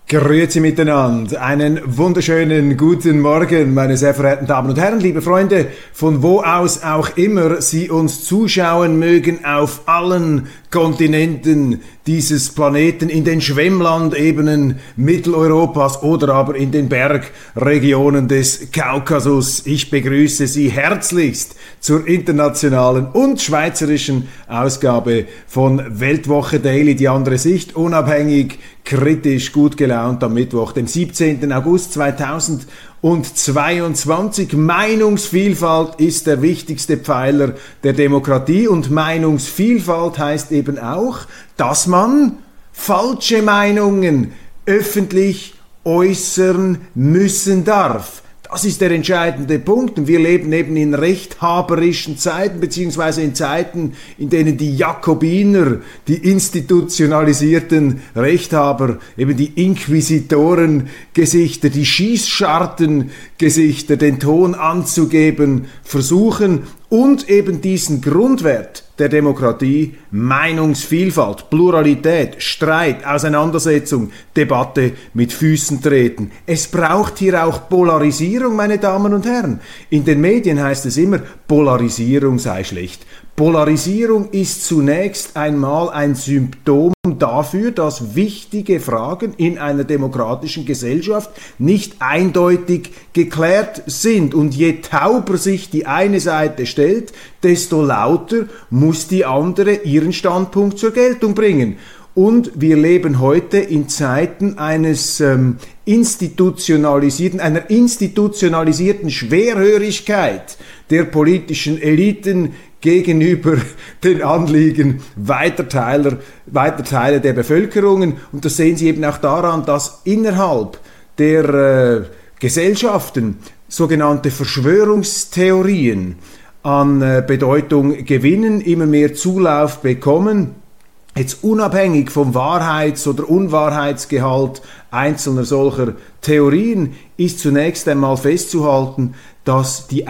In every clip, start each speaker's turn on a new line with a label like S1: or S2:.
S1: Grüezi miteinander. Einen wunderschönen guten Morgen, meine sehr verehrten Damen und Herren, liebe Freunde, von wo aus auch immer Sie uns zuschauen mögen, auf allen Kontinenten dieses Planeten, in den Schwemmlandebenen Mitteleuropas oder aber in den Bergregionen des Kaukasus. Ich begrüße Sie herzlichst zur internationalen und schweizerischen Ausgabe von Weltwoche Daily, die andere Sicht, unabhängig, kritisch, gut gelaunt am Mittwoch, dem 17. August 2022. Meinungsvielfalt ist der wichtigste Pfeiler der Demokratie und Meinungsvielfalt heißt eben auch, dass man falsche Meinungen öffentlich äußern müssen darf. Das ist der entscheidende Punkt und wir leben eben in rechthaberischen Zeiten, beziehungsweise in Zeiten, in denen die Jakobiner, die institutionalisierten Rechthaber, eben die Inquisitorengesichter, die Schießschartengesichter, den Ton anzugeben versuchen und eben diesen Grundwert der Demokratie, Meinungsvielfalt, Pluralität, Streit, Auseinandersetzung, Debatte mit Füßen treten. Es braucht hier auch Polarisierung, meine Damen und Herren. In den Medien heißt es immer, Polarisierung sei schlecht. Polarisierung ist zunächst einmal ein Symptom dafür, dass wichtige Fragen in einer demokratischen Gesellschaft nicht eindeutig geklärt sind. Und je tauber sich die eine Seite stellt, desto lauter muss die andere ihren Standpunkt zur Geltung bringen. Und wir leben heute in Zeiten einer institutionalisierten Schwerhörigkeit der politischen Eliten gegenüber den Anliegen weiter Teile der Bevölkerung. Und das sehen Sie eben auch daran, dass innerhalb der Gesellschaften sogenannte Verschwörungstheorien an Bedeutung gewinnen, immer mehr Zulauf bekommen. Jetzt unabhängig vom Wahrheits- oder Unwahrheitsgehalt einzelner solcher Theorien ist zunächst einmal festzuhalten, dass die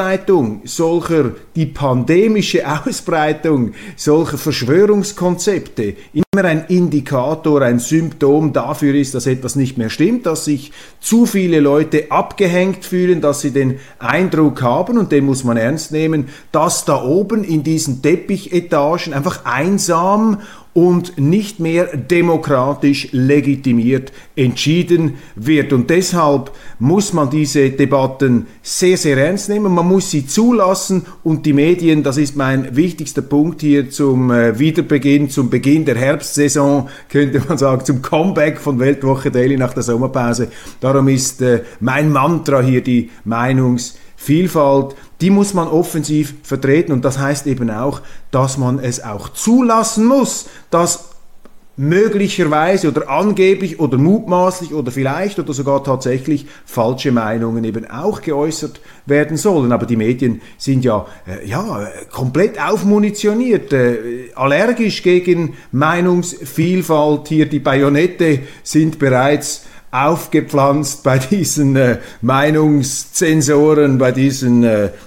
S1: pandemische Ausbreitung solcher Verschwörungskonzepte immer ein Indikator, ein Symptom dafür ist, dass etwas nicht mehr stimmt, dass sich zu viele Leute abgehängt fühlen, dass sie den Eindruck haben, und den muss man ernst nehmen, dass da oben in diesen Teppichetagen einfach einsam und nicht mehr demokratisch legitimiert entschieden wird. Und deshalb muss man diese Debatten sehr, sehr ernst nehmen. Man muss sie zulassen und die Medien, das ist mein wichtigster Punkt hier zum Wiederbeginn, zum Beginn der Herbstsaison, könnte man sagen, zum Comeback von Weltwoche Daily nach der Sommerpause. Darum ist mein Mantra hier die Meinungsvielfalt. Die muss man offensiv vertreten und das heißt eben auch, dass man es auch zulassen muss, dass möglicherweise oder angeblich oder mutmaßlich oder vielleicht oder sogar tatsächlich falsche Meinungen eben auch geäußert werden sollen. Aber die Medien sind ja komplett aufmunitioniert, allergisch gegen Meinungsvielfalt. Hier die Bajonette sind bereits aufgepflanzt bei diesen Meinungszensoren, bei diesen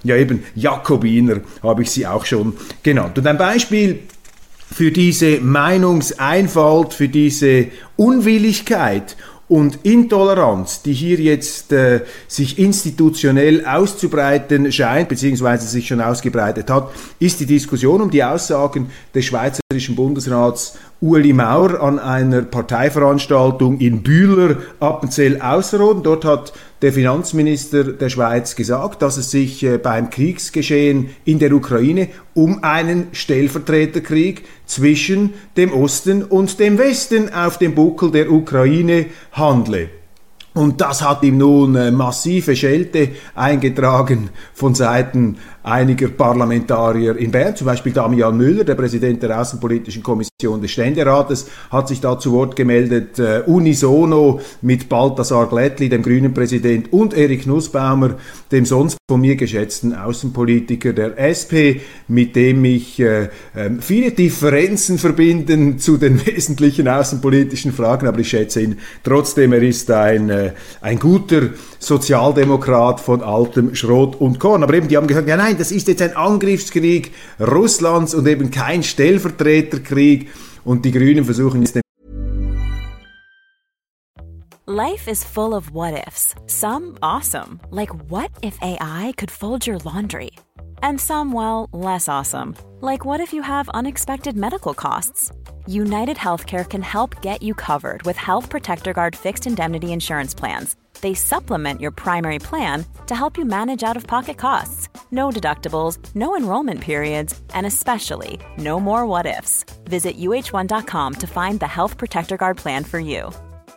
S1: Jakobiner, habe ich sie auch schon genannt. Und ein Beispiel für diese Meinungseinfalt, für diese Unwilligkeit und Intoleranz, die hier jetzt sich institutionell auszubreiten scheint, beziehungsweise sich schon ausgebreitet hat, ist die Diskussion um die Aussagen des Schweizerischen Bundesrats Ueli Maurer an einer Parteiveranstaltung in Bühler, Appenzell-Ausserrhoden. Dort hat der Finanzminister der Schweiz gesagt, dass es sich beim Kriegsgeschehen in der Ukraine um einen Stellvertreterkrieg zwischen dem Osten und dem Westen auf dem Buckel der Ukraine handle. Und das hat ihm nun massive Schelte eingetragen von Seiten einiger Parlamentarier in Bern, zum Beispiel Damian Müller, der Präsident der Außenpolitischen Kommission des Ständerates, hat sich da zu Wort gemeldet, unisono mit Balthasar Glättli, dem grünen Präsident, und Erik Nussbaumer, dem sonst von mir geschätzten Außenpolitiker der SP, mit dem mich viele Differenzen verbinden zu den wesentlichen außenpolitischen Fragen, aber ich schätze ihn trotzdem, er ist ein guter Sozialdemokrat von altem Schrot und Korn. Aber eben, die haben gesagt, ja nein, das ist jetzt ein Angriffskrieg Russlands und eben kein Stellvertreterkrieg. Und die Grünen versuchen jetzt
S2: Life is full of what-ifs. Some awesome, like what if AI could fold your laundry? And some, well, less awesome, like what if you have unexpected medical costs? United Healthcare can help get you covered with Health Protector Guard fixed indemnity insurance plans. They supplement your primary plan to help you manage out-of-pocket costs. No deductibles, no enrollment periods, and especially no more what-ifs. Visit uh1.com to find the Health Protector Guard plan for you.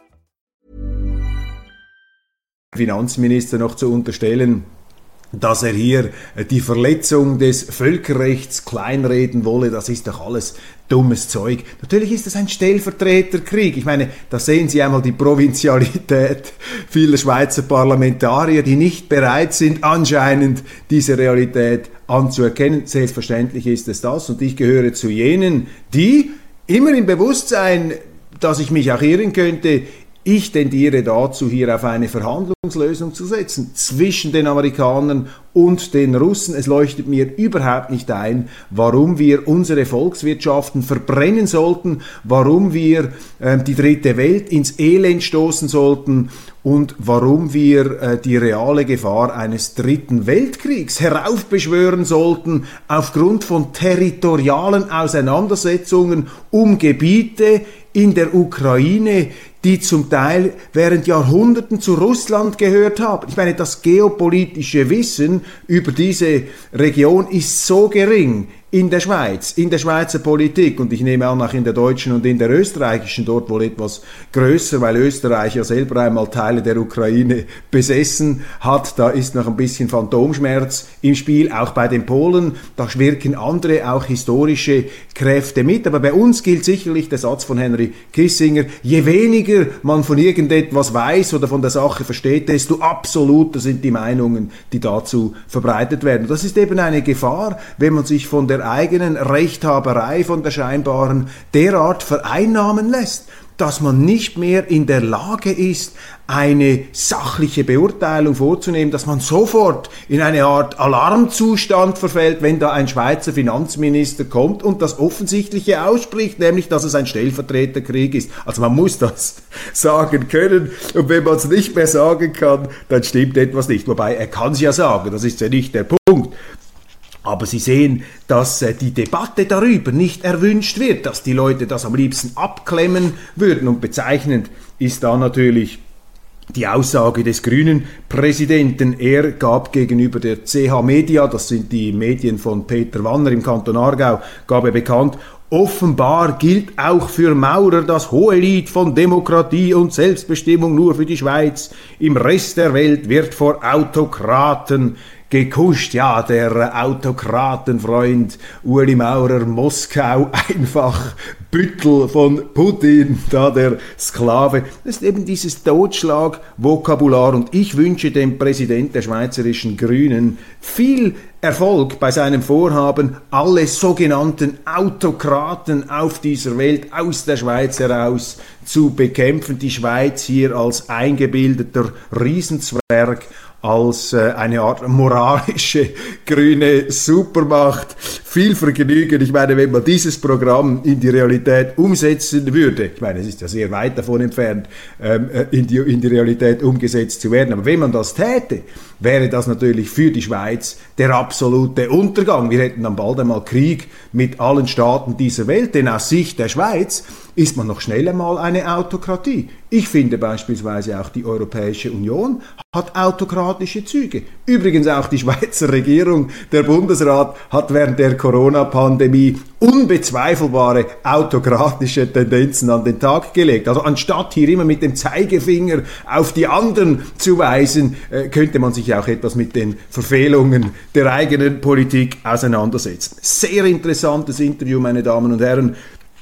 S1: Finanzminister noch zu unterstellen, dass er hier die Verletzung des Völkerrechts kleinreden wolle, das ist doch alles dummes Zeug. Natürlich ist das ein Stellvertreterkrieg. Ich meine, da sehen Sie einmal die Provinzialität vieler Schweizer Parlamentarier, die nicht bereit sind, anscheinend diese Realität anzuerkennen. Selbstverständlich ist es das. Und ich gehöre zu jenen, die immer im Bewusstsein, dass ich mich auch irren könnte, ich tendiere dazu, hier auf eine Verhandlungslösung zu setzen zwischen den Amerikanern und den Russen. Es leuchtet mir überhaupt nicht ein, warum wir unsere Volkswirtschaften verbrennen sollten, warum wir die dritte Welt ins Elend stoßen sollten und warum wir die reale Gefahr eines dritten Weltkriegs heraufbeschwören sollten aufgrund von territorialen Auseinandersetzungen um Gebiete in der Ukraine, die zum Teil während Jahrhunderten zu Russland gehört haben. Ich meine, das geopolitische Wissen über diese Region ist so gering in der Schweiz, in der Schweizer Politik, und ich nehme an, auch in der deutschen und in der österreichischen, dort wohl etwas größer, weil Österreich ja selber einmal Teile der Ukraine besessen hat. Da ist noch ein bisschen Phantomschmerz im Spiel, auch bei den Polen. Da wirken andere, auch historische Kräfte mit. Aber bei uns gilt sicherlich der Satz von Henry Kissinger: Je weniger man von irgendetwas weiß oder von der Sache versteht, desto absoluter sind die Meinungen, die dazu verbreitet werden. Das ist eben eine Gefahr, wenn man sich von der eigenen Rechthaberei, von der scheinbaren, derart vereinnahmen lässt, dass man nicht mehr in der Lage ist, eine sachliche Beurteilung vorzunehmen, dass man sofort in eine Art Alarmzustand verfällt, wenn da ein Schweizer Finanzminister kommt und das Offensichtliche ausspricht, nämlich, dass es ein Stellvertreterkrieg ist. Also man muss das sagen können, und wenn man es nicht mehr sagen kann, dann stimmt etwas nicht. Wobei, er kann es ja sagen, das ist ja nicht der Punkt. Aber Sie sehen, dass die Debatte darüber nicht erwünscht wird, dass die Leute das am liebsten abklemmen würden. Und bezeichnend ist da natürlich die Aussage des grünen Präsidenten. Er gab gegenüber der CH Media, das sind die Medien von Peter Wanner im Kanton Aargau, gab er bekannt: Offenbar gilt auch für Maurer das hohe Lied von Demokratie und Selbstbestimmung nur für die Schweiz. Im Rest der Welt wird vor Autokraten gekuscht. Ja, der Autokratenfreund Ueli Maurer, Moskau, einfach Büttel von Putin, da der Sklave. Das ist eben dieses Totschlag-Vokabular, und ich wünsche dem Präsident der schweizerischen Grünen viel Erfolg bei seinem Vorhaben, alle sogenannten Autokraten auf dieser Welt aus der Schweiz heraus zu bekämpfen. Die Schweiz hier als eingebildeter Riesenzwerg, als eine Art moralische grüne Supermacht. Viel Vergnügen. Ich meine, wenn man dieses Programm in die Realität umsetzen würde, ich meine, es ist ja sehr weit davon entfernt, in die Realität umgesetzt zu werden, aber wenn man das täte, wäre das natürlich für die Schweiz der absolute Untergang. Wir hätten dann bald einmal Krieg mit allen Staaten dieser Welt, denn aus Sicht der Schweiz ist man noch schnell einmal eine Autokratie. Ich finde beispielsweise auch die Europäische Union hat autokratische Züge. Übrigens auch die Schweizer Regierung, der Bundesrat hat während der Corona-Pandemie unbezweifelbare autokratische Tendenzen an den Tag gelegt. Also anstatt hier immer mit dem Zeigefinger auf die anderen zu weisen, könnte man sich auch etwas mit den Verfehlungen der eigenen Politik auseinandersetzen. Sehr interessantes Interview, meine Damen und Herren,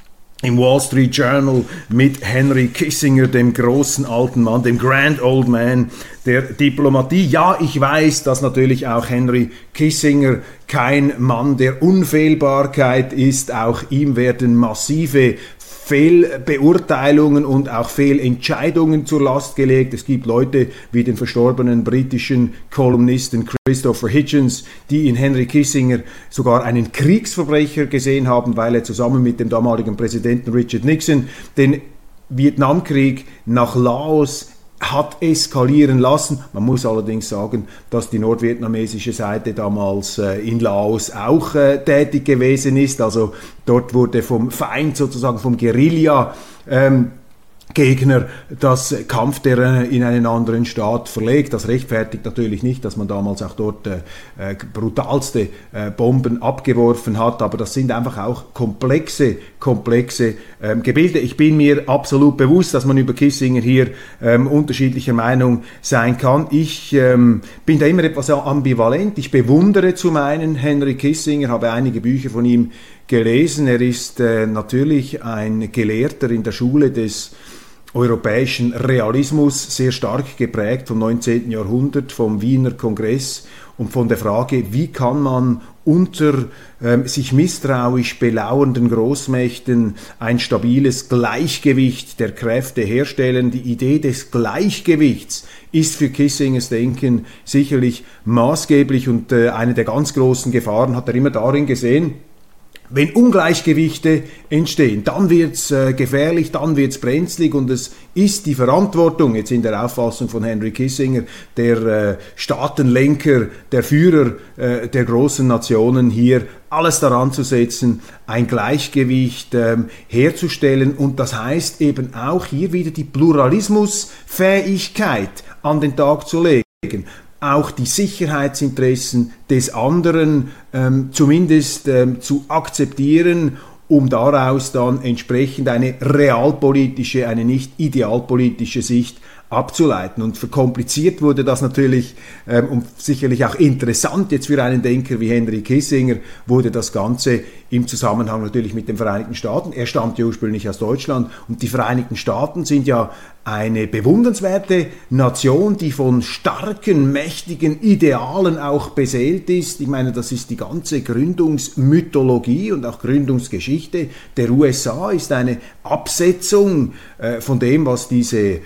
S1: im Wall Street Journal mit Henry Kissinger, dem großen alten Mann, dem Grand Old Man der Diplomatie. Ja, ich weiß, dass natürlich auch Henry Kissinger kein Mann der Unfehlbarkeit ist. Auch ihm werden massive Fehlbeurteilungen und auch Fehlentscheidungen zur Last gelegt. Es gibt Leute wie den verstorbenen britischen Kolumnisten Christopher Hitchens, die in Henry Kissinger sogar einen Kriegsverbrecher gesehen haben, weil er zusammen mit dem damaligen Präsidenten Richard Nixon den Vietnamkrieg nach Laos hat eskalieren lassen. Man muss allerdings sagen, dass die nordvietnamesische Seite damals in Laos auch tätig gewesen ist. Also dort wurde vom Feind, sozusagen vom Guerilla, Gegner das Kampfterrain in einen anderen Staat verlegt. Das rechtfertigt natürlich nicht, dass man damals auch dort brutalste Bomben abgeworfen hat, aber das sind einfach auch komplexe Gebilde. Ich bin mir absolut bewusst, dass man über Kissinger hier unterschiedlicher Meinung sein kann. Ich bin da immer etwas ambivalent. Ich bewundere zum einen Henry Kissinger, habe einige Bücher von ihm gelesen. Er ist natürlich ein Gelehrter in der Schule des europäischen Realismus, sehr stark geprägt vom 19. Jahrhundert, vom Wiener Kongress und von der Frage, wie kann man unter sich misstrauisch belauernden Großmächten ein stabiles Gleichgewicht der Kräfte herstellen. Die Idee des Gleichgewichts ist für Kissingers Denken sicherlich maßgeblich und eine der ganz großen Gefahren hat er immer darin gesehen, wenn Ungleichgewichte entstehen, dann wird's gefährlich, dann wird's brenzlig und es ist die Verantwortung, jetzt in der Auffassung von Henry Kissinger, der Staatenlenker, der Führer der großen Nationen hier, alles daran zu setzen, ein Gleichgewicht herzustellen und das heißt eben auch hier wieder die Pluralismusfähigkeit an den Tag zu legen. Auch die Sicherheitsinteressen des anderen zumindest zu akzeptieren, um daraus dann entsprechend eine realpolitische, eine nicht idealpolitische Sicht abzuleiten. Und verkompliziert wurde das natürlich und sicherlich auch interessant jetzt für einen Denker wie Henry Kissinger, wurde das Ganze im Zusammenhang natürlich mit den Vereinigten Staaten. Er stammt ja ursprünglich aus Deutschland und die Vereinigten Staaten sind ja eine bewundernswerte Nation, die von starken, mächtigen Idealen auch beseelt ist. Ich meine, das ist die ganze Gründungsmythologie und auch Gründungsgeschichte der USA ist eine Absetzung von dem, was diese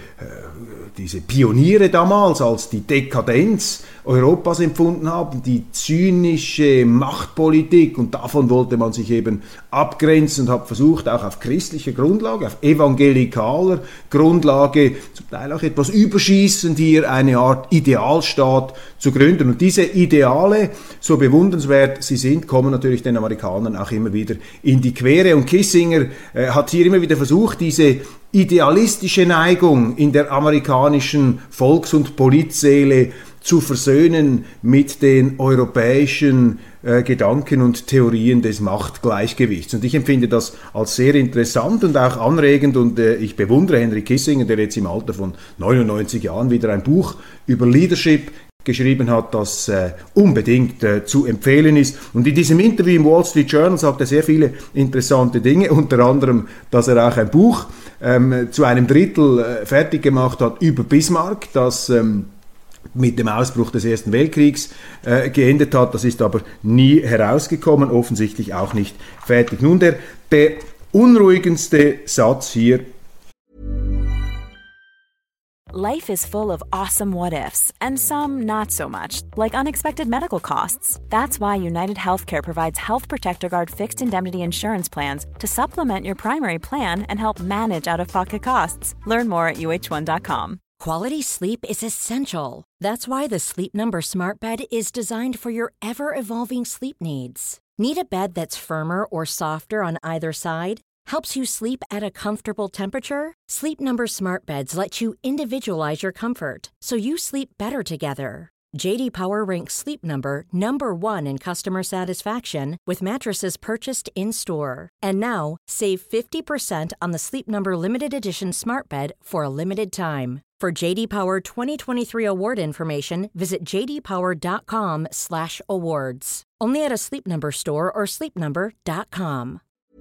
S1: Pioniere damals als die Dekadenz Europas empfunden haben, die zynische Machtpolitik, und davon wollte man sich eben abgrenzen und hat versucht, auch auf christlicher Grundlage, auf evangelikaler Grundlage, zum Teil auch etwas überschießend hier eine Art Idealstaat zu gründen. Und diese Ideale, so bewundernswert sie sind, kommen natürlich den Amerikanern auch immer wieder in die Quere. Und Kissinger hat hier immer wieder versucht, diese idealistische Neigung in der amerikanischen Volks- und Politseele zu versöhnen mit den europäischen Gedanken und Theorien des Machtgleichgewichts. Und ich empfinde das als sehr interessant und auch anregend und ich bewundere Henry Kissinger, der jetzt im Alter von 99 Jahren wieder ein Buch über Leadership geschrieben hat, das unbedingt zu empfehlen ist. Und in diesem Interview im Wall Street Journal sagt er sehr viele interessante Dinge, unter anderem, dass er auch ein Buch zu einem Drittel fertig gemacht hat über Bismarck, das mit dem Ausbruch des Ersten Weltkriegs geendet hat. Das ist aber nie herausgekommen, offensichtlich auch nicht fertig. Nun der beunruhigendste Satz hier.
S2: Life is full of awesome what-ifs, and some not so much, like unexpected medical costs. That's why United Healthcare provides Health Protector Guard fixed indemnity insurance plans to supplement your primary plan and help manage out-of-pocket costs. Learn more at uh1.com.
S3: Quality sleep is essential. That's why the Sleep Number Smart Bed is designed for your ever-evolving sleep needs. Need a bed that's firmer or softer on either side? Helps you sleep at a comfortable temperature? Sleep Number Smart Beds let you individualize your comfort, so you sleep better together. J.D. Power ranks Sleep Number number 1 in customer satisfaction with mattresses purchased in-store. And now, save 50% on the Sleep Number Limited Edition Smart Bed for a limited time. For J.D. Power 2023 award information, visit jdpower.com/awards. Only at a Sleep Number store or sleepnumber.com.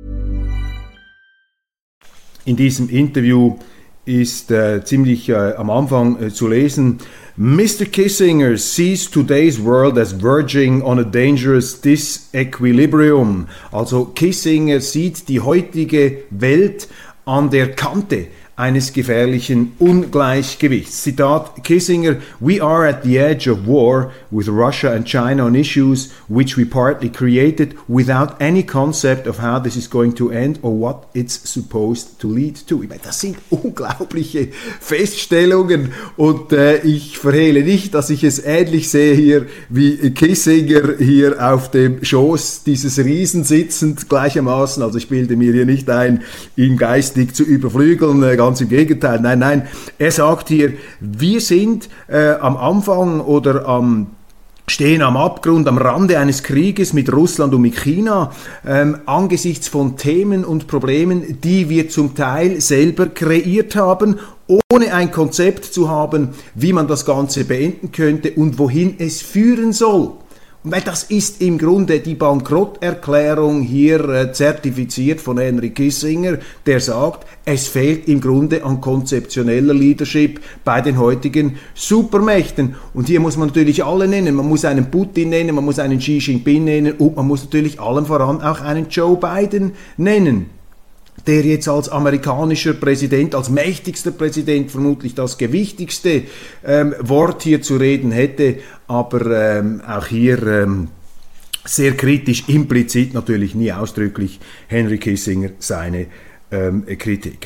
S1: In diesem Interview ist ziemlich am Anfang zu lesen, Mr. Kissinger sees today's world as verging on a dangerous disequilibrium. Also Kissinger sieht die heutige Welt an der Kante eines gefährlichen Ungleichgewichts. Zitat Kissinger: "We are at the edge of war with Russia and China on issues which we partly created without any concept of how this is going to end or what it's supposed to lead to." Ich meine, das sind unglaubliche Feststellungen und ich verhehle nicht, dass ich es ähnlich sehe hier wie Kissinger hier auf dem Schoß dieses Riesen sitzend gleichermaßen. Also ich bilde mir hier nicht ein, ihn geistig zu überflügeln, ganz im Gegenteil. Nein, er sagt hier, wir sind am Anfang oder stehen am Abgrund, am Rande eines Krieges mit Russland und mit China, angesichts von Themen und Problemen, die wir zum Teil selber kreiert haben, ohne ein Konzept zu haben, wie man das Ganze beenden könnte und wohin es führen soll. Und weil das ist im Grunde die Bankrotterklärung hier zertifiziert von Henry Kissinger, der sagt, es fehlt im Grunde an konzeptioneller Leadership bei den heutigen Supermächten. Und hier muss man natürlich alle nennen. Man muss einen Putin nennen, man muss einen Xi Jinping nennen und man muss natürlich allem voran auch einen Joe Biden nennen, der jetzt als amerikanischer Präsident, als mächtigster Präsident vermutlich das gewichtigste Wort hier zu reden hätte, aber auch hier sehr kritisch, implizit natürlich, nie ausdrücklich, Henry Kissinger seine Kritik.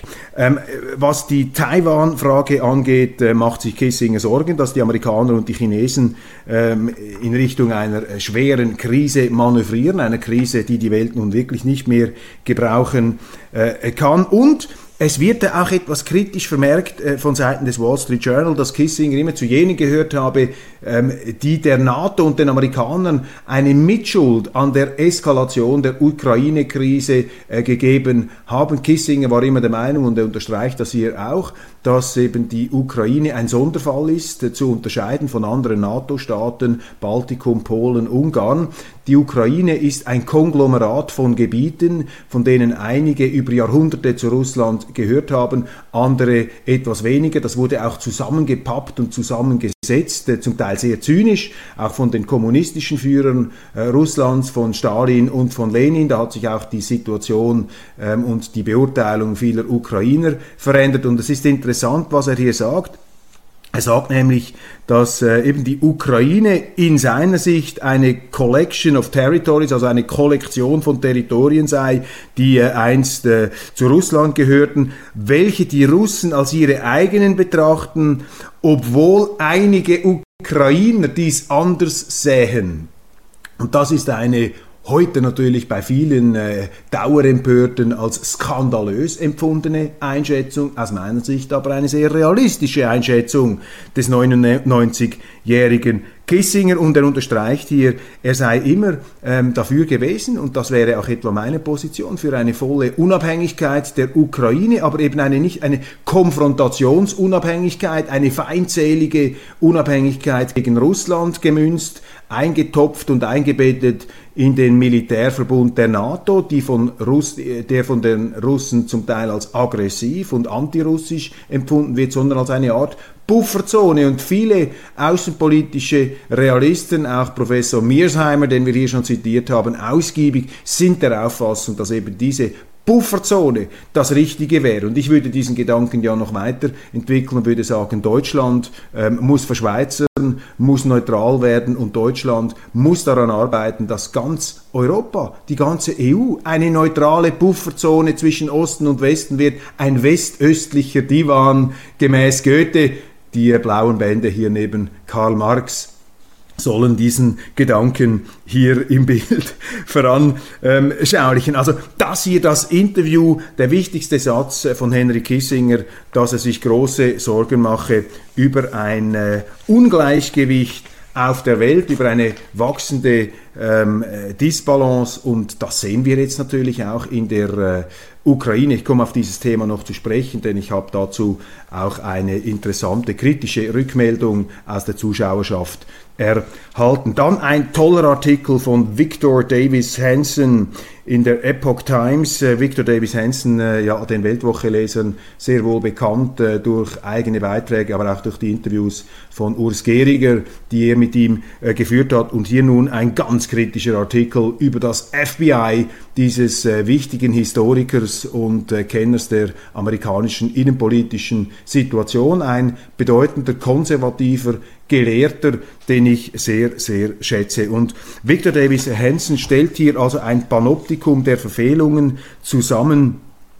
S1: Was die Taiwan-Frage angeht, macht sich Kissinger Sorgen, dass die Amerikaner und die Chinesen in Richtung einer schweren Krise manövrieren, einer Krise, die die Welt nun wirklich nicht mehr gebrauchen kann. Und es wird auch etwas kritisch vermerkt von Seiten des Wall Street Journal, dass Kissinger immer zu jenen gehört habe, die der NATO und den Amerikanern eine Mitschuld an der Eskalation der Ukraine-Krise gegeben haben. Kissinger war immer der Meinung, und er unterstreicht das hier auch, dass eben die Ukraine ein Sonderfall ist, zu unterscheiden von anderen NATO-Staaten, Baltikum, Polen, Ungarn. Die Ukraine ist ein Konglomerat von Gebieten, von denen einige über Jahrhunderte zu Russland gehört haben, andere etwas weniger. Das wurde auch zusammengepappt und zusammengesetzt, zum Teil sehr zynisch, auch von den kommunistischen Führern Russlands, von Stalin und von Lenin. Da hat sich auch die Situation und die Beurteilung vieler Ukrainer verändert. Und es ist interessant, was er hier sagt. Er sagt nämlich, dass eben die Ukraine in seiner Sicht eine Collection of Territories, also eine Kollektion von Territorien sei, die einst zu Russland gehörten, welche die Russen als ihre eigenen betrachten, obwohl einige Ukrainer dies anders sähen. Und das ist eine heute natürlich bei vielen Dauerempörten als skandalös empfundene Einschätzung, aus meiner Sicht aber eine sehr realistische Einschätzung des 99-jährigen Kissinger, und er unterstreicht hier, er sei immer dafür gewesen, und das wäre auch etwa meine Position, für eine volle Unabhängigkeit der Ukraine, aber eben nicht eine Konfrontationsunabhängigkeit, eine feindselige Unabhängigkeit gegen Russland gemünzt, eingetopft und eingebettet in den Militärverbund der NATO, der von den Russen zum Teil als aggressiv und antirussisch empfunden wird, sondern als eine Art Pufferzone. Und viele außenpolitische Realisten, auch Professor Mearsheimer, den wir hier schon zitiert haben, ausgiebig, sind der Auffassung, dass eben diese Pufferzone das Richtige wäre. Und ich würde diesen Gedanken ja noch weiter entwickeln und würde sagen, Deutschland muss verschweizern, muss neutral werden, und Deutschland muss daran arbeiten, dass ganz Europa, die ganze EU, eine neutrale Pufferzone zwischen Osten und Westen wird, ein westöstlicher Divan gemäß Goethe. Die blauen Bände hier neben Karl Marx sollen diesen Gedanken hier im Bild veranschaulichen. Also das hier, das Interview, der wichtigste Satz von Henry Kissinger, dass er sich große Sorgen mache über ein Ungleichgewicht auf der Welt, über eine wachsende Disbalance, und das sehen wir jetzt natürlich auch in der Ukraine. Ich komme auf dieses Thema noch zu sprechen, denn ich habe dazu auch eine interessante kritische Rückmeldung aus der Zuschauerschaft erhalten. Dann ein toller Artikel von Victor Davis Hanson in der Epoch Times. Victor Davis Hanson, ja, den Weltwoche-Lesern sehr wohl bekannt durch eigene Beiträge, aber auch durch die Interviews von Urs Gehriger, die er mit ihm geführt hat. Und hier nun ein ganz finanzkritischer Artikel über das FBI dieses wichtigen Historikers und Kenners der amerikanischen innenpolitischen Situation, ein bedeutender konservativer Gelehrter, den ich sehr, sehr schätze. Und Victor Davis Hanson stellt hier also ein Panoptikum der Verfehlungen zusammen,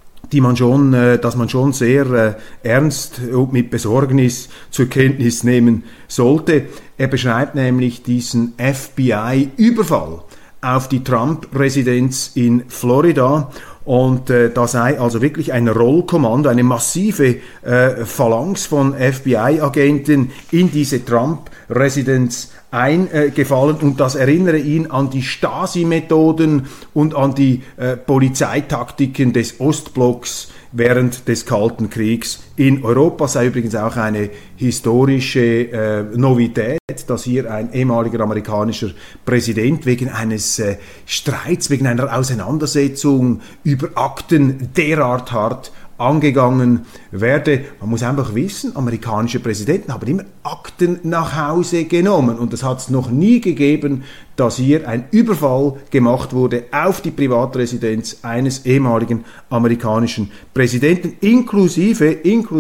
S1: dass man schon sehr ernst und mit Besorgnis zur Kenntnis nehmen sollte. Er beschreibt nämlich diesen FBI-Überfall auf die Trump-Residenz in Florida. Und da sei also wirklich ein Rollkommando, eine massive Phalanx von FBI-Agenten in diese Trump-Residenz eingefallen, und das erinnere ihn an die Stasi-Methoden und an die Polizeitaktiken des Ostblocks während des Kalten Kriegs in Europa. Sei übrigens auch eine historische Novität, dass hier ein ehemaliger amerikanischer Präsident wegen eines Streits, wegen einer Auseinandersetzung über Akten derart hart angegangen werde. Man muss einfach wissen, amerikanische Präsidenten haben immer Akten nach Hause genommen, und es hat es noch nie gegeben, dass hier ein Überfall gemacht wurde auf die Privatresidenz eines ehemaligen amerikanischen Präsidenten, inklusive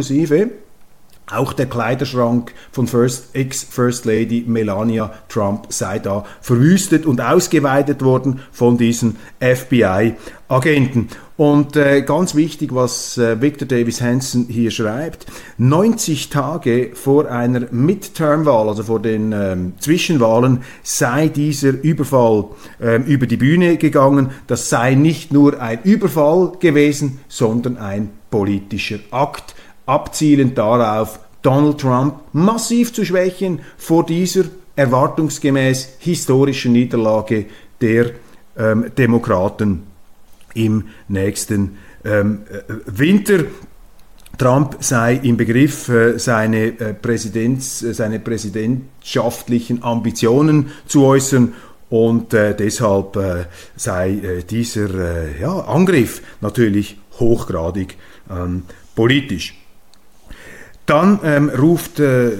S1: auch der Kleiderschrank von Ex-First Lady Melania Trump sei da verwüstet und ausgeweitet worden von diesen FBI-Agenten. Und ganz wichtig, was Victor Davis Hanson hier schreibt: 90 Tage vor einer Midterm-Wahl, also vor den Zwischenwahlen, sei dieser Überfall über die Bühne gegangen. Das sei nicht nur ein Überfall gewesen, sondern ein politischer Akt, abzielend darauf, Donald Trump massiv zu schwächen vor dieser erwartungsgemäß historischen Niederlage der Demokraten im nächsten Winter. Trump sei im Begriff, seine präsidentschaftlichen Ambitionen zu äußern, und deshalb sei dieser Angriff natürlich hochgradig politisch. Dann ruft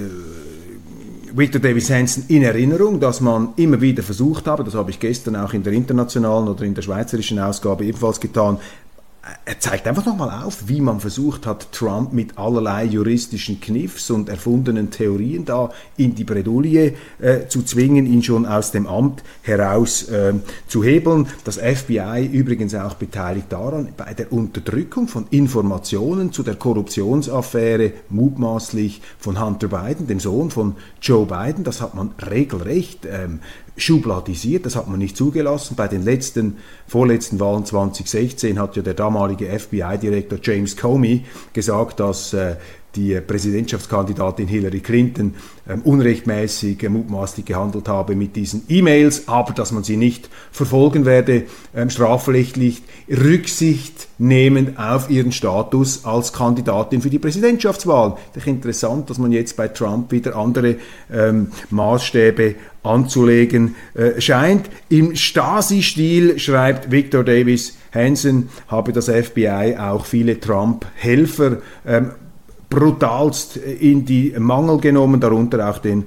S1: Victor Davis Hanson in Erinnerung, dass man immer wieder versucht habe, das habe ich gestern auch in der internationalen oder in der schweizerischen Ausgabe ebenfalls getan, er zeigt einfach nochmal auf, wie man versucht hat, Trump mit allerlei juristischen Kniffs und erfundenen Theorien da in die Bredouille zu zwingen, ihn schon aus dem Amt heraus zu hebeln. Das FBI übrigens auch beteiligt daran, bei der Unterdrückung von Informationen zu der Korruptionsaffäre, mutmaßlich von Hunter Biden, dem Sohn von Joe Biden. Das hat man regelrecht schubladisiert, das hat man nicht zugelassen. Bei den vorletzten Wahlen 2016 hat ja der damalige FBI-Direktor James Comey gesagt, dass die Präsidentschaftskandidatin Hillary Clinton unrechtmäßig mutmaßlich gehandelt habe mit diesen E-Mails, aber dass man sie nicht verfolgen werde, strafrechtlich Rücksicht nehmend auf ihren Status als Kandidatin für die Präsidentschaftswahlen. Doch interessant, dass man jetzt bei Trump wieder andere Maßstäbe anzulegen scheint. Im Stasi-Stil, schreibt Victor Davis Hanson, habe das FBI auch viele Trump-Helfer brutalst in die Mangel genommen, darunter auch den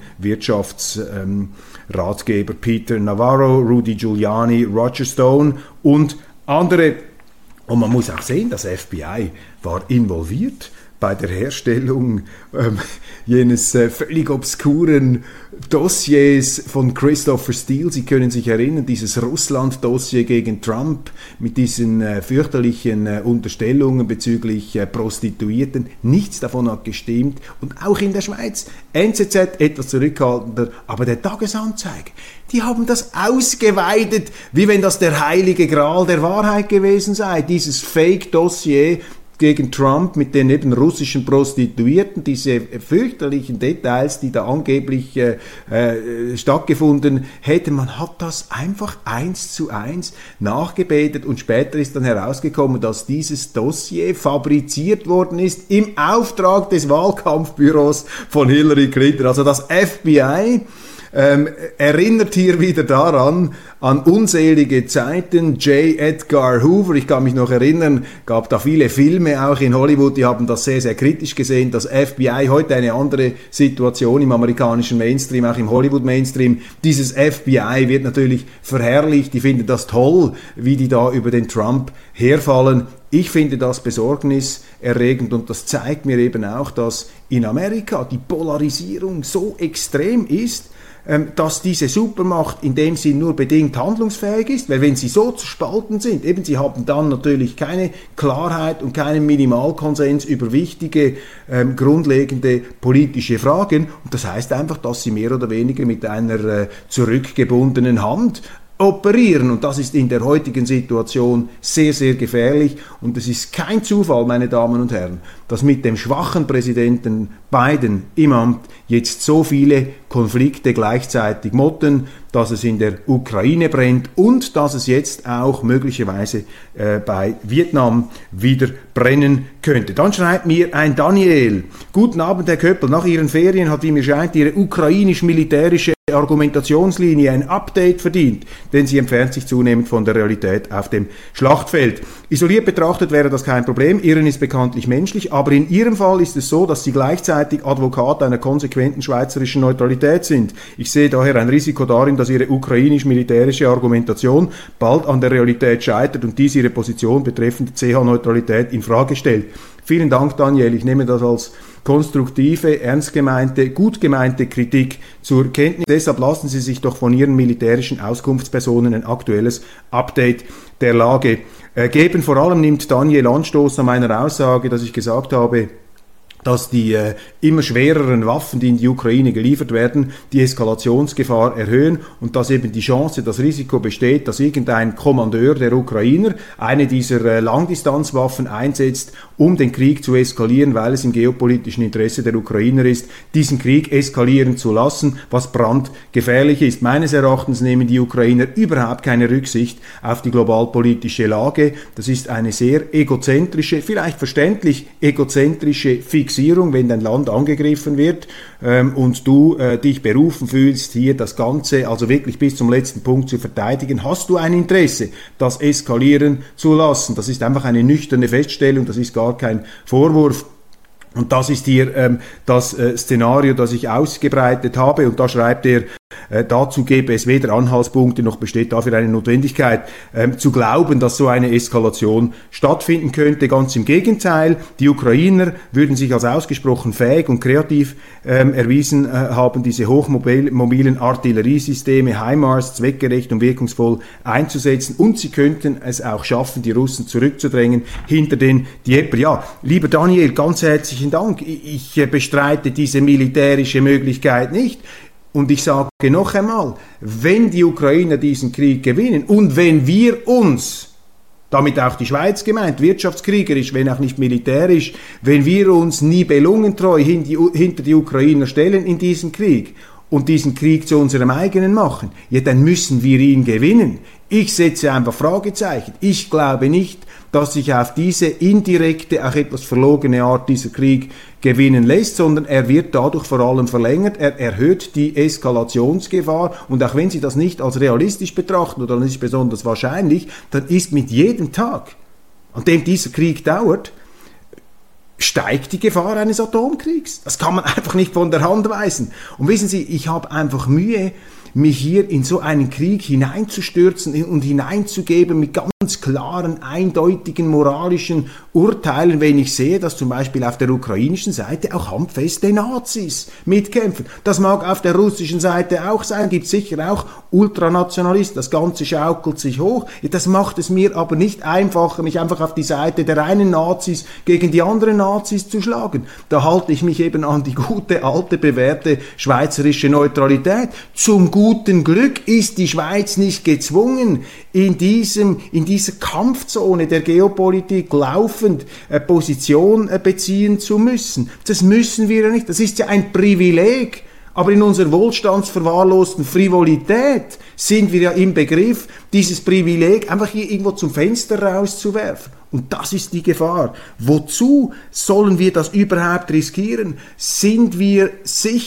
S1: Wirtschaftsratgeber Peter Navarro, Rudy Giuliani, Roger Stone und andere. Und man muss auch sehen, das FBI war involviert bei der Herstellung jenes völlig obskuren Dossiers von Christopher Steele. Sie können sich erinnern, dieses Russland-Dossier gegen Trump mit diesen fürchterlichen Unterstellungen bezüglich Prostituierten. Nichts davon hat gestimmt. Und auch in der Schweiz, NZZ etwas zurückhaltender, aber der Tagesanzeiger, die haben das ausgeweitet, wie wenn das der heilige Gral der Wahrheit gewesen sei. Dieses Fake-Dossier gegen Trump mit den eben russischen Prostituierten, diese fürchterlichen Details, die da angeblich stattgefunden hätten. Man hat das einfach 1:1 nachgebetet, und später ist dann herausgekommen, dass dieses Dossier fabriziert worden ist im Auftrag des Wahlkampfbüros von Hillary Clinton. Also das FBI erinnert hier wieder daran, an unselige Zeiten. J. Edgar Hoover, ich kann mich noch erinnern, gab da viele Filme auch in Hollywood, die haben das sehr, sehr kritisch gesehen. Das FBI, heute eine andere Situation im amerikanischen Mainstream, auch im Hollywood-Mainstream. Dieses FBI wird natürlich verherrlicht, die finden das toll, wie die da über den Trump herfallen. Ich finde das besorgniserregend und das zeigt mir eben auch, dass in Amerika die Polarisierung so extrem ist, dass diese Supermacht in dem Sinn nur bedingt handlungsfähig ist, weil wenn sie so zu spalten sind, eben sie haben dann natürlich keine Klarheit und keinen Minimalkonsens über wichtige, grundlegende politische Fragen und das heißt einfach, dass sie mehr oder weniger mit einer zurückgebundenen Hand operieren und das ist in der heutigen Situation sehr, sehr gefährlich und es ist kein Zufall, meine Damen und Herren, dass mit dem schwachen Präsidenten Biden im Amt jetzt so viele Konflikte gleichzeitig motten, dass es in der Ukraine brennt und dass es jetzt auch möglicherweise bei Vietnam wieder brennen könnte. Dann schreibt mir ein Daniel: Guten Abend, Herr Köppel, nach Ihren Ferien hat, wie mir scheint, Ihre ukrainisch-militärische Argumentationslinie ein Update verdient, denn sie entfernt sich zunehmend von der Realität auf dem Schlachtfeld. Isoliert betrachtet wäre das kein Problem, Irren ist bekanntlich menschlich, aber in Ihrem Fall ist es so, dass Sie gleichzeitig Advokat einer konsequenten schweizerischen Neutralität sind. Ich sehe daher ein Risiko darin, dass Ihre ukrainisch-militärische Argumentation bald an der Realität scheitert und dies Ihre Position betreffend CH-Neutralität in Frage stellt. Vielen Dank, Daniel. Ich nehme das als konstruktive, ernst gemeinte, gut gemeinte Kritik zur Kenntnis. Deshalb lassen Sie sich doch von Ihren militärischen Auskunftspersonen ein aktuelles Update der Lage geben. Vor allem nimmt Daniel Anstoß an meiner Aussage, dass ich gesagt habe, dass die immer schwereren Waffen, die in die Ukraine geliefert werden, die Eskalationsgefahr erhöhen und dass eben die Chance, das Risiko besteht, dass irgendein Kommandeur der Ukrainer eine dieser Langdistanzwaffen einsetzt, um den Krieg zu eskalieren, weil es im geopolitischen Interesse der Ukrainer ist, diesen Krieg eskalieren zu lassen, was brandgefährlich ist. Meines Erachtens nehmen die Ukrainer überhaupt keine Rücksicht auf die globalpolitische Lage. Das ist eine sehr egozentrische, vielleicht verständlich egozentrische Fixierung, wenn dein Land angegriffen wird und du dich berufen fühlst, hier das Ganze also wirklich bis zum letzten Punkt zu verteidigen, hast du ein Interesse, das eskalieren zu lassen. Das ist einfach eine nüchterne Feststellung, das ist gar kein Vorwurf. Und das ist hier das Szenario, das ich ausgebreitet habe. Und da schreibt er, dazu gäbe es weder Anhaltspunkte noch besteht dafür eine Notwendigkeit zu glauben, dass so eine Eskalation stattfinden könnte. Ganz im Gegenteil, die Ukrainer würden sich als ausgesprochen fähig und kreativ erwiesen haben, diese hochmobilen Artilleriesysteme HIMARS zweckgerecht und wirkungsvoll einzusetzen und sie könnten es auch schaffen, die Russen zurückzudrängen hinter den Dnieper. Ja, lieber Daniel, ganz herzlichen Dank. Ich bestreite diese militärische Möglichkeit nicht. Und ich sage noch einmal, wenn die Ukrainer diesen Krieg gewinnen und wenn wir uns, damit auch die Schweiz gemeint, wirtschaftskriegerisch, wenn auch nicht militärisch, wenn wir uns nibelungentreu hinter die Ukrainer stellen in diesem Krieg und diesen Krieg zu unserem eigenen machen, ja, dann müssen wir ihn gewinnen. Ich setze einfach Fragezeichen. Ich glaube nicht, dass sich auf diese indirekte, auch etwas verlogene Art dieser Krieg gewinnen lässt, sondern er wird dadurch vor allem verlängert, er erhöht die Eskalationsgefahr und auch wenn Sie das nicht als realistisch betrachten oder nicht besonders wahrscheinlich, dann ist mit jedem Tag, an dem dieser Krieg dauert, steigt die Gefahr eines Atomkriegs. Das kann man einfach nicht von der Hand weisen. Und wissen Sie, ich habe einfach Mühe, mich hier in so einen Krieg hineinzustürzen und hineinzugeben mit ganz klaren, eindeutigen moralischen Urteilen, wenn ich sehe, dass zum Beispiel auf der ukrainischen Seite auch handfeste Nazis mitkämpfen. Das mag auf der russischen Seite auch sein, gibt sicher auch Ultranationalisten, das Ganze schaukelt sich hoch. Das macht es mir aber nicht einfacher, mich einfach auf die Seite der einen Nazis gegen die anderen Nazis zu schlagen. Da halte ich mich eben an die gute, alte, bewährte schweizerische Neutralität. Zum guten Glück ist die Schweiz nicht gezwungen, in dieser Kampfzone der Geopolitik laufend Position beziehen zu müssen. Das müssen wir ja nicht. Das ist ja ein Privileg. Aber in unserer wohlstandsverwahrlosten Frivolität sind wir ja im Begriff, dieses Privileg einfach hier irgendwo zum Fenster rauszuwerfen. Und das ist die Gefahr. Wozu sollen wir das überhaupt riskieren? Sind wir sicher,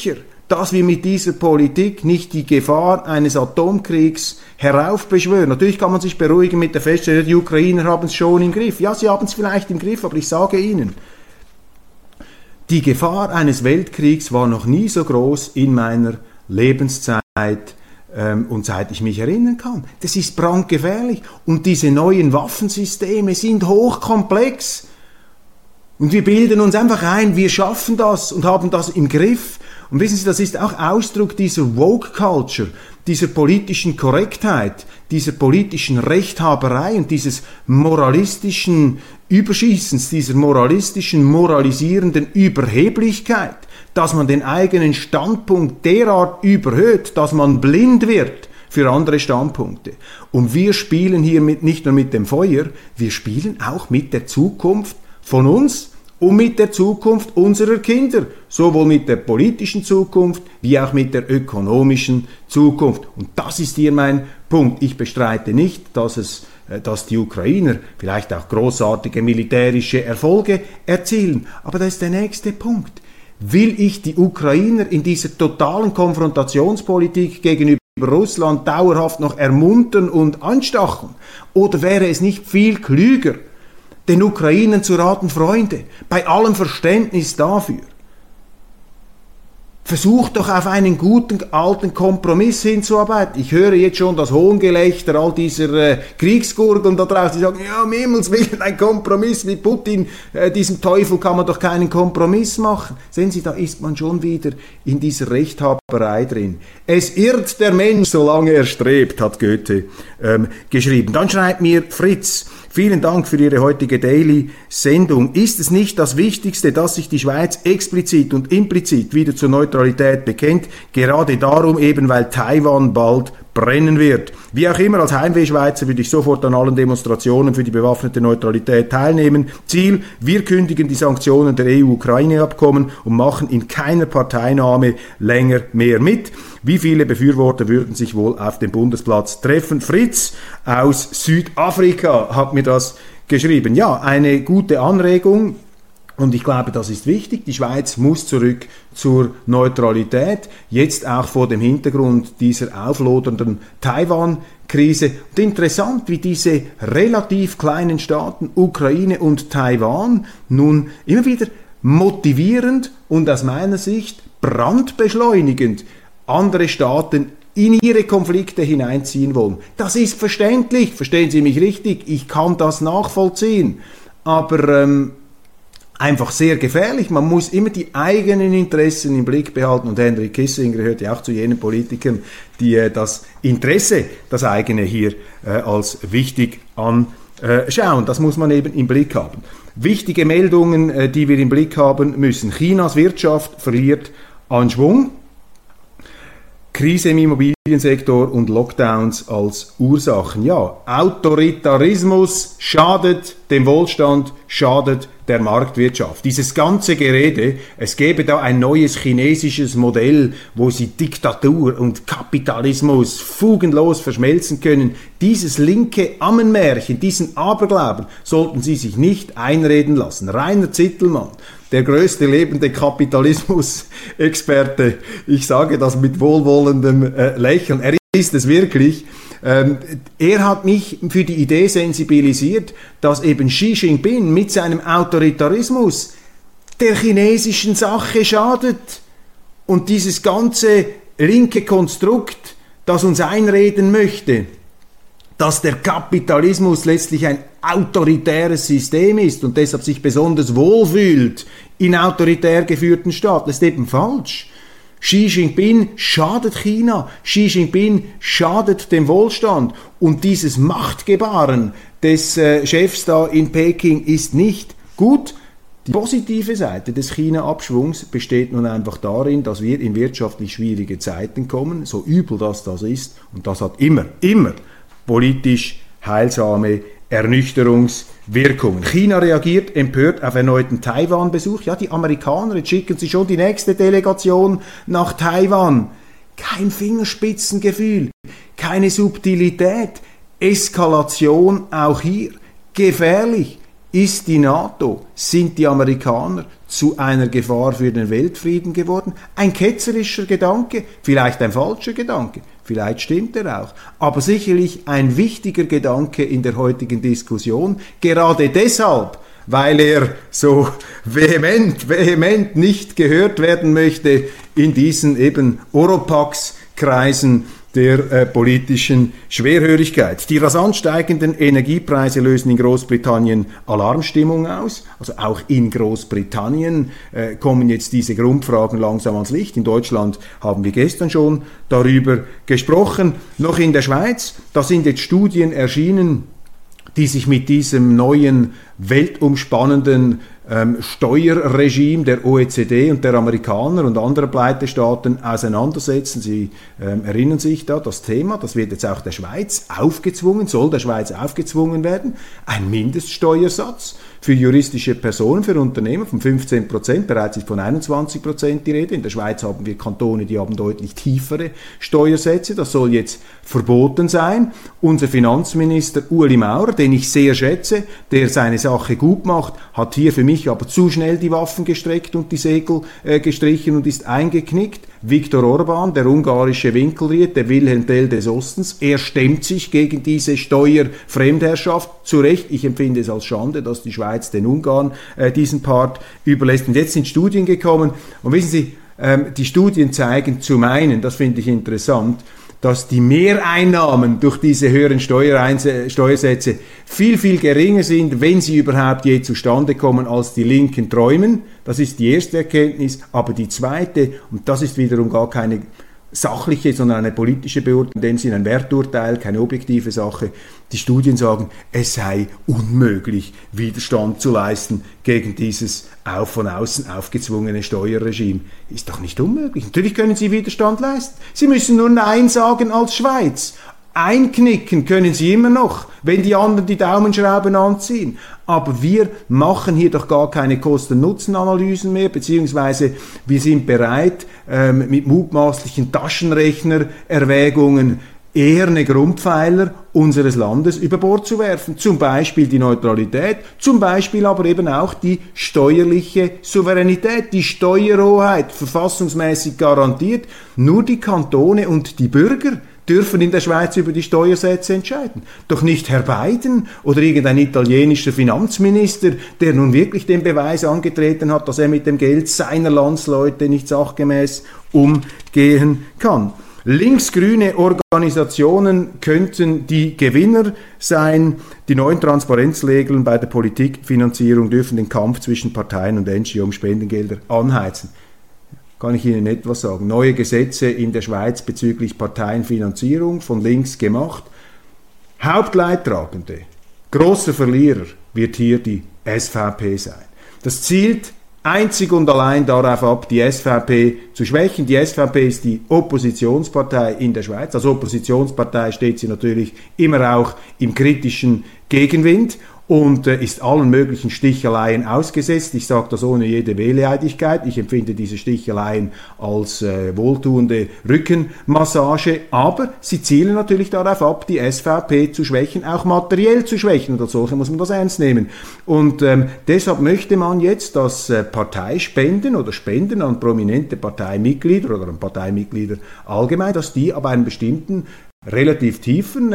S1: dass wir mit dieser Politik nicht die Gefahr eines Atomkriegs heraufbeschwören. Natürlich kann man sich beruhigen mit der Feststellung, die Ukrainer haben es schon im Griff. Ja, sie haben es vielleicht im Griff, aber ich sage Ihnen, die Gefahr eines Weltkriegs war noch nie so groß in meiner Lebenszeit und seit ich mich erinnern kann. Das ist brandgefährlich. Und diese neuen Waffensysteme sind hochkomplex. Und wir bilden uns einfach ein, wir schaffen das und haben das im Griff. Und wissen Sie, das ist auch Ausdruck dieser Woke-Culture, dieser politischen Korrektheit, dieser politischen Rechthaberei und dieses moralistischen Überschießens, dieser moralistischen, moralisierenden Überheblichkeit, dass man den eigenen Standpunkt derart überhöht, dass man blind wird für andere Standpunkte. Und wir spielen hier nicht nur mit dem Feuer, wir spielen auch mit der Zukunft von uns und mit der Zukunft unserer Kinder, sowohl mit der politischen Zukunft wie auch mit der ökonomischen Zukunft. Und das ist hier mein Punkt. Ich bestreite nicht, dass die Ukrainer vielleicht auch großartige militärische Erfolge erzielen. Aber das ist der nächste Punkt. Will ich die Ukrainer in dieser totalen Konfrontationspolitik gegenüber Russland dauerhaft noch ermuntern und anstacheln? Oder wäre es nicht viel klüger, den Ukrainern zu raten, Freunde, bei allem Verständnis dafür, versucht doch auf einen guten alten Kompromiss hinzuarbeiten. Ich höre jetzt schon das Hohngelächter all dieser Kriegsgurgeln da draußen, die sagen, ja, um Himmels Willen, ein Kompromiss mit Putin, diesem Teufel kann man doch keinen Kompromiss machen. Sehen Sie, da ist man schon wieder in dieser Rechthaberei drin. Es irrt der Mensch, solange er strebt, hat Goethe geschrieben. Dann schreibt mir Fritz, vielen Dank für Ihre heutige Daily-Sendung. Ist es nicht das Wichtigste, dass sich die Schweiz explizit und implizit wieder zur Neutralität bekennt, gerade darum eben, weil Taiwan bald brennen wird? Wie auch immer, als Heimweh-Schweizer würde ich sofort an allen Demonstrationen für die bewaffnete Neutralität teilnehmen. Ziel, wir kündigen die Sanktionen der EU-Ukraine-Abkommen und machen in keiner Parteinahme länger mehr mit. Wie viele Befürworter würden sich wohl auf dem Bundesplatz treffen? Fritz aus Südafrika hat mir das geschrieben. Ja, eine gute Anregung. Und ich glaube, das ist wichtig. Die Schweiz muss zurück zur Neutralität. Jetzt auch vor dem Hintergrund dieser auflodernden Taiwan-Krise. Und interessant, wie diese relativ kleinen Staaten, Ukraine und Taiwan, nun immer wieder motivierend und aus meiner Sicht brandbeschleunigend andere Staaten in ihre Konflikte hineinziehen wollen. Das ist verständlich, verstehen Sie mich richtig, ich kann das nachvollziehen. Aber einfach sehr gefährlich. Man muss immer die eigenen Interessen im Blick behalten. Und Henry Kissinger gehört ja auch zu jenen Politikern, die das Interesse, das eigene hier als wichtig anschauen. Das muss man eben im Blick haben. Wichtige Meldungen, die wir im Blick haben müssen. Chinas Wirtschaft verliert an Schwung. Krise im Immobiliensektor und Lockdowns als Ursachen. Ja, Autoritarismus schadet dem Wohlstand, schadet der Marktwirtschaft. Dieses ganze Gerede, es gäbe da ein neues chinesisches Modell, wo sie Diktatur und Kapitalismus fugenlos verschmelzen können. Dieses linke Ammenmärchen, diesen Aberglauben, sollten Sie sich nicht einreden lassen. Rainer Zittelmann, der größte lebende Kapitalismus-Experte, ich sage das mit wohlwollendem Lächeln, er ist es wirklich. Er hat mich für die Idee sensibilisiert, dass eben Xi Jinping mit seinem Autoritarismus der chinesischen Sache schadet. Und dieses ganze linke Konstrukt, das uns einreden möchte, dass der Kapitalismus letztlich ein autoritäres System ist und deshalb sich besonders wohlfühlt in autoritär geführten Staaten, das ist eben falsch. Xi Jinping schadet China, Xi Jinping schadet dem Wohlstand und dieses Machtgebaren des Chefs da in Peking ist nicht gut. Die positive Seite des China-Abschwungs besteht nun einfach darin, dass wir in wirtschaftlich schwierige Zeiten kommen, so übel das ist, und das hat immer politisch heilsame Ernüchterungswirkungen. China reagiert empört auf erneuten Taiwan-Besuch. Ja, die Amerikaner, jetzt schicken sie schon die nächste Delegation nach Taiwan. Kein Fingerspitzengefühl, keine Subtilität, Eskalation auch hier. Gefährlich ist die NATO, sind die Amerikaner zu einer Gefahr für den Weltfrieden geworden. Ein ketzerischer Gedanke, vielleicht ein falscher Gedanke, vielleicht stimmt er auch, aber sicherlich ein wichtiger Gedanke in der heutigen Diskussion, gerade deshalb, weil er so vehement nicht gehört werden möchte in diesen eben Oropax-Kreisen der politischen Schwerhörigkeit. Die rasant steigenden Energiepreise lösen in Großbritannien Alarmstimmung aus. Also auch in Großbritannien kommen jetzt diese Grundfragen langsam ans Licht. In Deutschland haben wir gestern schon darüber gesprochen. Noch in der Schweiz, da sind jetzt Studien erschienen, die sich mit diesem neuen weltumspannenden Steuerregime der OECD und der Amerikaner und anderer Pleitestaaten auseinandersetzen. Sie erinnern sich da, das Thema, das wird jetzt auch der Schweiz aufgezwungen, soll der Schweiz aufgezwungen werden, ein Mindeststeuersatz für juristische Personen, für Unternehmen von 15%, bereits ist von 21% die Rede. In der Schweiz haben wir Kantone, die haben deutlich tiefere Steuersätze, das soll jetzt verboten sein. Unser Finanzminister Ueli Maurer, den ich sehr schätze, der seine Sache gut macht, hat hier für mich aber zu schnell die Waffen gestreckt und die Segel gestrichen und ist eingeknickt. Viktor Orban, der ungarische Winkelried, der Wilhelm Tell des Ostens, er stemmt sich gegen diese Steuerfremdherrschaft. Zu Recht, ich empfinde es als Schande, dass die Schweiz den Ungarn diesen Part überlässt. Und jetzt sind Studien gekommen und wissen Sie, die Studien zeigen zum einen, das finde ich interessant, dass die Mehreinnahmen durch diese höheren Steuersätze viel, viel geringer sind, wenn sie überhaupt je zustande kommen, als die Linken träumen. Das ist die erste Erkenntnis. Aber die zweite, und das ist wiederum gar keine sachliche, sondern eine politische Beurteilung, in dem Sinne ein Werturteil, keine objektive Sache. Die Studien sagen, es sei unmöglich, Widerstand zu leisten gegen dieses von außen aufgezwungene Steuerregime. Ist doch nicht unmöglich. Natürlich können Sie Widerstand leisten. Sie müssen nur Nein sagen als Schweiz. Einknicken können Sie immer noch, wenn die anderen die Daumenschrauben anziehen. Aber wir machen hier doch gar keine Kosten-Nutzen-Analysen mehr, beziehungsweise wir sind bereit, mit mutmaßlichen Taschenrechner-Erwägungen eher eine Grundpfeiler unseres Landes über Bord zu werfen. Zum Beispiel die Neutralität, zum Beispiel aber eben auch die steuerliche Souveränität, die Steuerhoheit, verfassungsmäßig garantiert. Nur die Kantone und die Bürger dürfen in der Schweiz über die Steuersätze entscheiden. Doch nicht Herr Biden oder irgendein italienischer Finanzminister, der nun wirklich den Beweis angetreten hat, dass er mit dem Geld seiner Landsleute nicht sachgemäß umgehen kann. Linksgrüne Organisationen könnten die Gewinner sein. Die neuen Transparenzregeln bei der Politikfinanzierung dürfen den Kampf zwischen Parteien und NGO um Spendengelder anheizen. Kann ich Ihnen etwas sagen. Neue Gesetze in der Schweiz bezüglich Parteienfinanzierung von links gemacht. Hauptleidtragende, großer Verlierer wird hier die SVP sein. Das zielt einzig und allein darauf ab, die SVP zu schwächen. Die SVP ist die Oppositionspartei in der Schweiz. Als Oppositionspartei steht sie natürlich immer auch im kritischen Gegenwind und ist allen möglichen Sticheleien ausgesetzt. Ich sage das ohne jede Wehleidigkeit. Ich empfinde diese Sticheleien als wohltuende Rückenmassage, aber sie zielen natürlich darauf ab, die SVP zu schwächen, auch materiell zu schwächen. Und als solche muss man das ernst nehmen. Und deshalb möchte man jetzt, dass Parteispenden oder Spenden an prominente Parteimitglieder oder an Parteimitglieder allgemein, dass die ab einem bestimmten relativ tiefen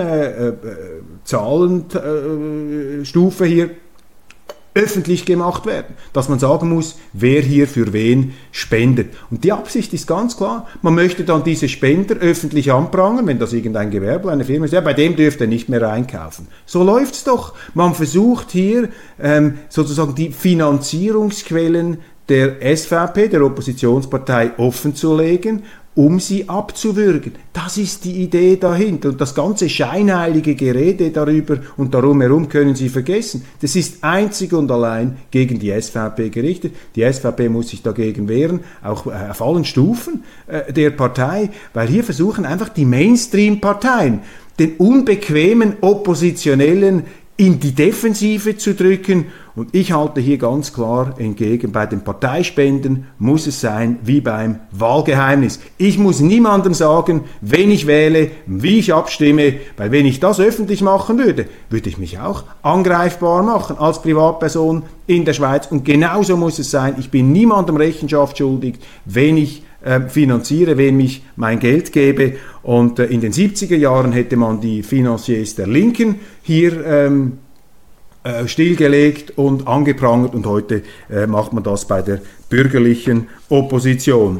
S1: Zahlenstufe hier öffentlich gemacht werden, dass man sagen muss, wer hier für wen spendet. Und die Absicht ist ganz klar, man möchte dann diese Spender öffentlich anprangern, wenn das irgendein Gewerbe, eine Firma ist, ja, bei dem dürft ihr nicht mehr einkaufen. So läuft's doch. Man versucht hier sozusagen die Finanzierungsquellen der SVP, der Oppositionspartei, offenzulegen, um sie abzuwürgen. Das ist die Idee dahinter. Und das ganze scheinheilige Gerede darüber und darum herum können Sie vergessen. Das ist einzig und allein gegen die SVP gerichtet. Die SVP muss sich dagegen wehren, auch auf allen Stufen der Partei, weil hier versuchen einfach die Mainstream-Parteien, den unbequemen Oppositionellen in die Defensive zu drücken Und ich halte hier ganz klar entgegen, bei den Parteispenden muss es sein wie beim Wahlgeheimnis. Ich muss niemandem sagen, wen ich wähle, wie ich abstimme, weil wenn ich das öffentlich machen würde, würde ich mich auch angreifbar machen als Privatperson in der Schweiz. Und genauso muss es sein, ich bin niemandem Rechenschaft schuldig, wen ich finanziere, wem ich mein Geld gebe. Und in den 70er Jahren hätte man die Financiers der Linken hier stillgelegt und angeprangert, und heute macht man das bei der bürgerlichen Opposition.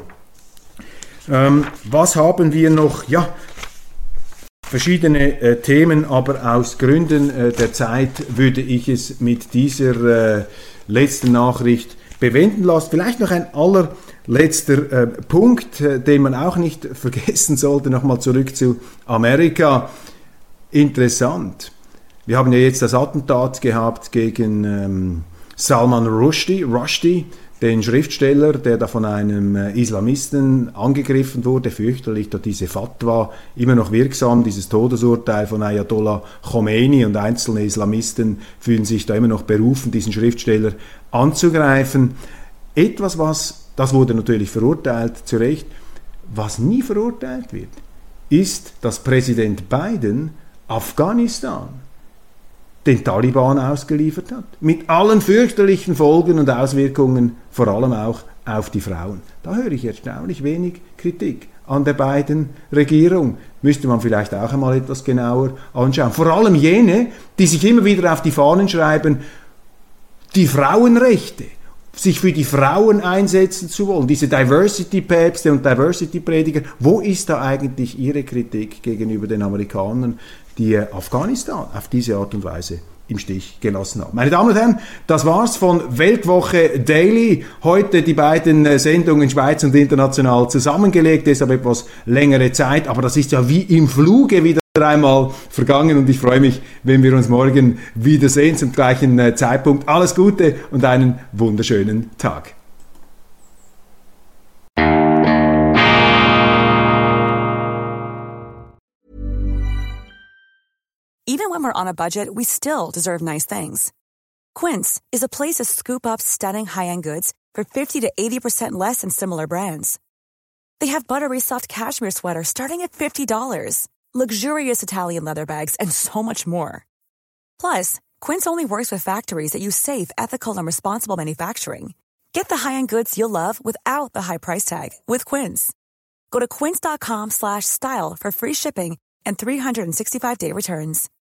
S1: Was haben wir noch? Ja, verschiedene Themen, aber aus Gründen der Zeit würde ich es mit dieser letzten Nachricht bewenden lassen. Vielleicht noch ein allerletzter Punkt, den man auch nicht vergessen sollte, nochmal zurück zu Amerika. Interessant. Wir haben ja jetzt das Attentat gehabt gegen Salman Rushdie, den Schriftsteller, der da von einem Islamisten angegriffen wurde, fürchterlich, da diese Fatwa immer noch wirksam, dieses Todesurteil von Ayatollah Khomeini, und einzelne Islamisten fühlen sich da immer noch berufen, diesen Schriftsteller anzugreifen. Etwas, das wurde natürlich verurteilt, zu Recht, was nie verurteilt wird, ist, dass Präsident Biden Afghanistan den Taliban ausgeliefert hat. Mit allen fürchterlichen Folgen und Auswirkungen, vor allem auch auf die Frauen. Da höre ich erstaunlich wenig Kritik an der beiden Regierung. Müsste man vielleicht auch einmal etwas genauer anschauen. Vor allem jene, die sich immer wieder auf die Fahnen schreiben, die Frauenrechte, sich für die Frauen einsetzen zu wollen, diese Diversity-Päpste und Diversity-Prediger. Wo ist da eigentlich ihre Kritik gegenüber den Amerikanern, die Afghanistan auf diese Art und Weise im Stich gelassen haben? Meine Damen und Herren, das war's von Weltwoche Daily. Heute die beiden Sendungen Schweiz und international zusammengelegt, deshalb etwas längere Zeit, aber das ist ja wie im Fluge wieder einmal vergangen, und ich freue mich, wenn wir uns morgen wiedersehen zum gleichen Zeitpunkt. Alles Gute und einen wunderschönen Tag.
S4: Even when we're on a budget, we still deserve nice things. Quince is a place to scoop up stunning high-end goods for 50 to 80% less than similar brands. They have buttery soft cashmere sweaters starting at $50, luxurious Italian leather bags, and so much more. Plus, Quince only works with factories that use safe, ethical, and responsible manufacturing. Get the high-end goods you'll love without the high price tag with Quince. Go to quince.com/style for free shipping and 365-day returns.